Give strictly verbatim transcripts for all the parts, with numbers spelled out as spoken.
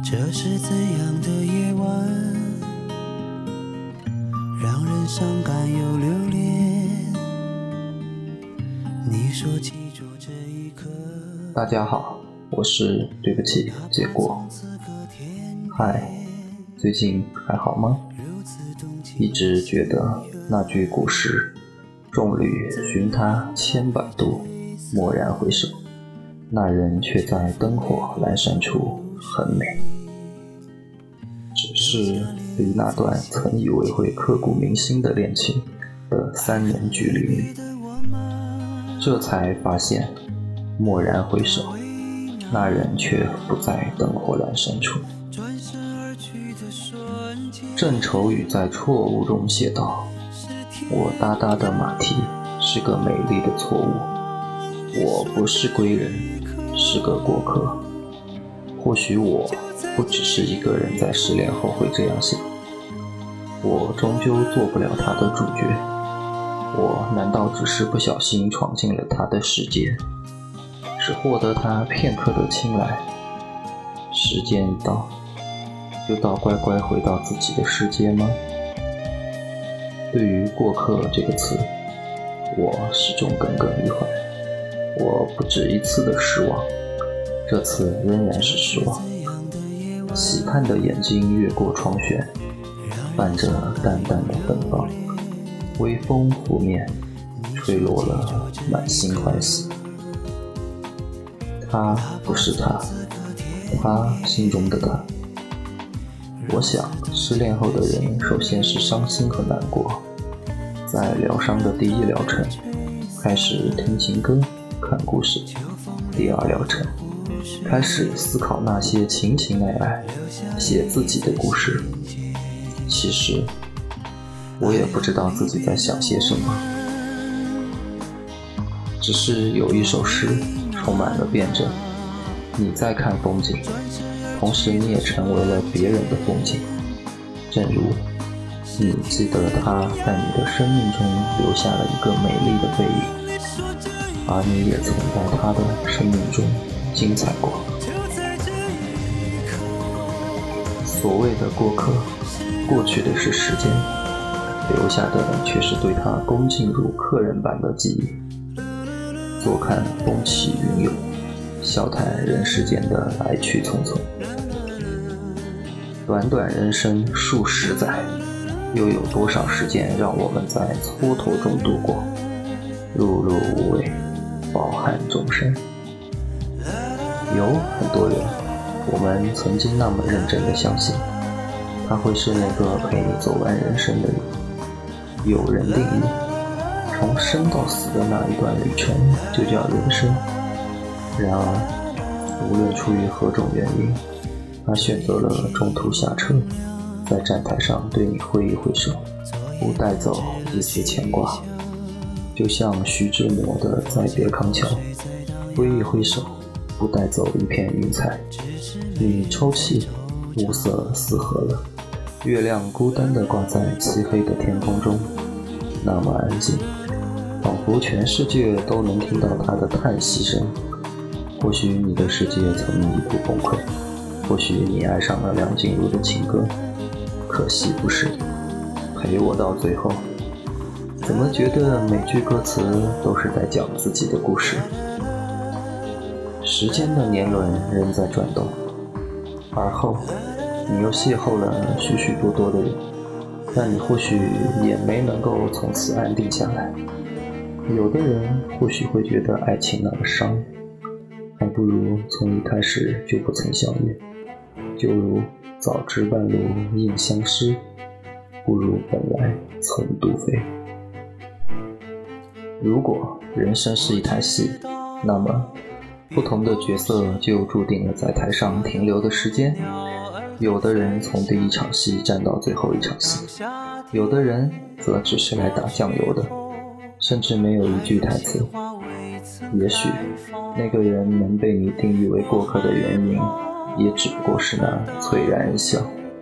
这是怎样的夜晚，让人伤感又留恋。你说记住这一刻。 大家好，我是对不起结果。嗨，最近还好吗？一直觉得那句古诗众里寻他千百度，蓦然回首，那人却在灯火阑珊处，很美。只是离那段曾以为会刻骨铭心的恋情的三年距离里，这才发现蓦然回首，那人却不在灯火阑珊处。郑愁予在错误中写道，我哒哒的马蹄是个美丽的错误，我不是归人，是个过客。或许我不只是一个人在失恋后会这样想，我终究做不了他的主角，我难道只是不小心闯进了他的世界，只获得他片刻的青睐？时间一到，就到乖乖回到自己的世界吗？对于过客这个词，我始终耿耿于怀，我不止一次的失望，这次仍然是失望。喜盼的眼睛越过窗旋，泛着淡淡的芬芳，微风拂面，吹落了满心欢喜。他不是他，他心中的他。我想失恋后的人首先是伤心和难过，在疗伤的第一疗程开始听情歌看故事，第二疗程开始思考那些情情爱爱，写自己的故事。其实我也不知道自己在想些什么，只是有一首诗充满了辩证，你在看风景，同时你也成为了别人的风景。正如你记得他在你的生命中留下了一个美丽的背影，而你也曾在他的生命中精彩过。所谓的过客，过去的是时间，留下的却是对他恭敬如客人般的记忆。坐看风起云涌，笑谈人世间的来去匆匆。短短人生数十载，又有多少时间让我们在蹉跎中度过？碌碌无为，饱含众生。有很多人，我们曾经那么认真地相信，他会是那个陪你走完人生的人。有人定义，从生到死的那一段旅程就叫人生。然而无论出于何种原因，他选择了中途下车，在站台上对你挥一挥手，不带走一丝牵挂。就像徐志摩的《再别康桥》，挥一挥手，不带走一片云彩。你抽泣，暮色四合了，月亮孤单地挂在漆黑的天空中，那么安静，仿佛全世界都能听到他的叹息声。或许你的世界曾一度崩溃，或许你爱上了梁静茹的情歌，可惜不是陪我到最后。怎么觉得每句歌词都是在讲自己的故事？时间的年轮仍在转动，而后你又邂逅了许许多多的人，但你或许也没能够从此安定下来。有的人或许会觉得爱情那么伤，还不如从一开始就不曾相遇，就如早知半路应相识，不如本来曾独飞。如果人生是一台戏，那么不同的角色就注定了在台上停留的时间。有的人从第一场戏站到最后一场戏，有的人则只是来打酱油的，甚至没有一句台词。也许那个人能被你定义为过客的原因，也只不过是那璀然一笑。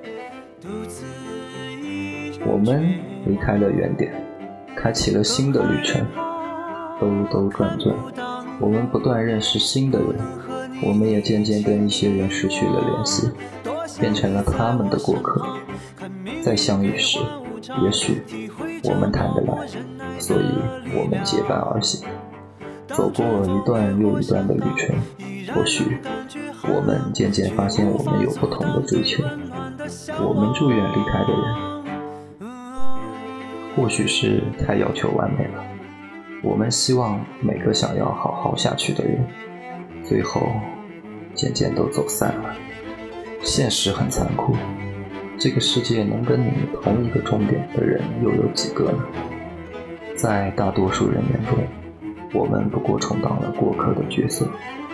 我们离开了原点，开启了新的旅程，兜兜转转，我们不断认识新的人，我们也渐渐跟一些人失去了联系。 变成了他们的过客。再相遇时，也许我们谈得来，所以我们结伴而行，走过一段又一段的旅程。或许我们渐渐发现我们有不同的追求，我们祝愿离开的人或许是太要求完美了，我们希望每个想要好好下去的人最后渐渐都走散了。现实很残酷，这个世界能跟你同一个终点的人又有几个呢？在大多数人眼中，我们不过充当了过客的角色。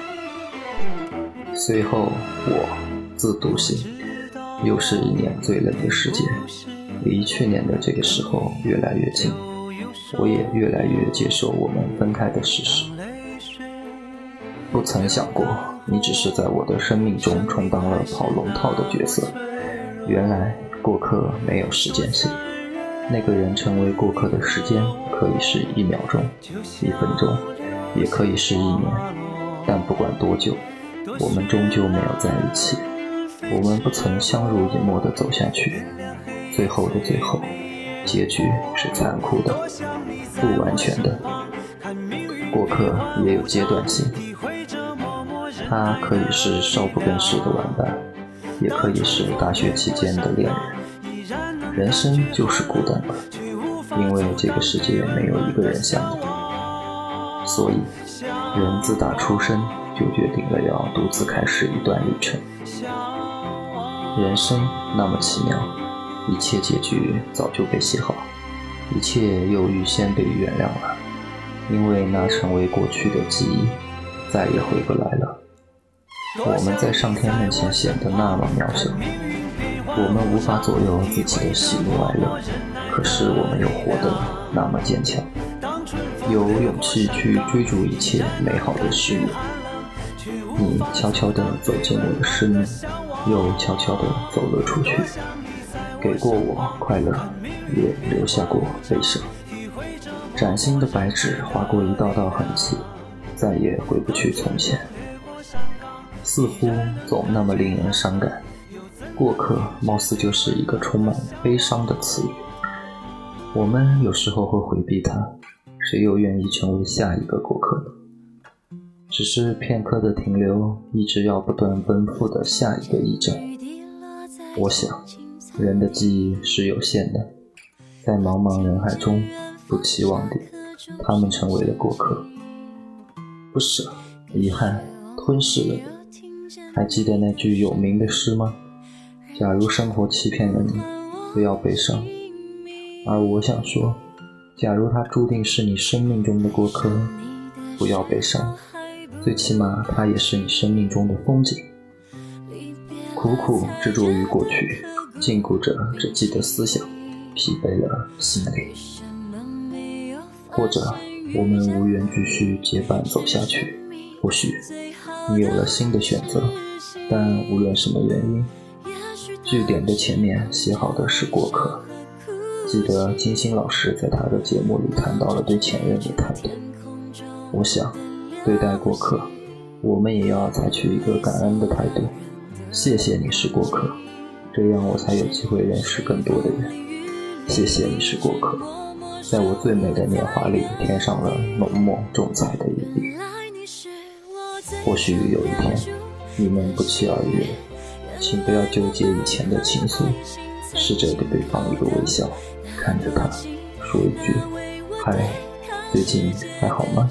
随后我自独行，又是一年最冷的时节，离去年的这个时候越来越近，我也越来越接受我们分开的事实。不曾想过你只是在我的生命中充当了跑龙套的角色，原来过客没有时间性，那个人成为过客的时间可以是一秒钟、一分钟，也可以是一年，但不管多久，我们终究没有在一起，我们不曾相濡以沫地走下去，最后的最后，结局是残酷的、不完全的。过客也有阶段性，他可以是少不更事的玩伴，也可以是大学期间的恋人。人生就是孤单的，因为这个世界没有一个人像你，所以人自打出生就决定了要独自开始一段旅程。人生那么奇妙，一切结局早就被写好，一切又预先被原谅了，因为那成为过去的记忆再也回不来了。我们在上天面前显得那么渺小，我们无法左右自己的喜怒哀乐，可是我们又活得那么坚强，有勇气去追逐一切美好的事物。你悄悄地走进我的生命，又悄悄地走了出去，给过我快乐，也留下过悲伤。崭新的白纸划过一道道痕迹，再也回不去从前，似乎总那么令人伤感。过客貌似就是一个充满悲伤的词语，我们有时候会回避它，谁又愿意成为下一个过客呢？只是片刻的停留，一直要不断奔赴的下一个驿站。我想人的记忆是有限的，在茫茫人海中不期望地，他们成为了过客。不舍、遗憾吞噬了你。还记得那句有名的诗吗？假如生活欺骗了你，不要悲伤。而我想说，假如他注定是你生命中的过客，不要悲伤，最起码他也是你生命中的风景。苦苦执着于过去，禁锢着只记得思想，疲惫了心灵。或者我们无缘继续结伴走下去，或许你有了新的选择，但无论什么原因，句点的前面写好的是过客。记得金星老师在他的节目里谈到了对前任的态度，我想对待过客，我们也要采取一个感恩的态度。谢谢你是过客，这样我才有机会认识更多的人。谢谢你是过客，在我最美的年华里添上了浓墨重彩的一笔。或许有一天你们不期而遇了，请不要纠结以前的情愫，试着给对方一个微笑，看着他说一句嗨，最近还好吗？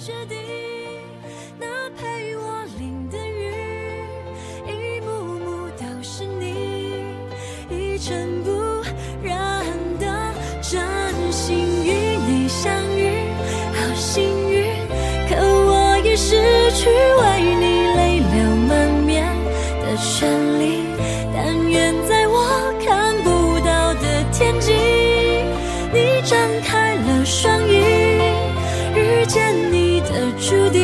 尘不染的真心与你相遇，好幸运，可我已失去为你泪流满面的权利。但愿在我看不到的天际，你张开了双翼，遇见你的注定。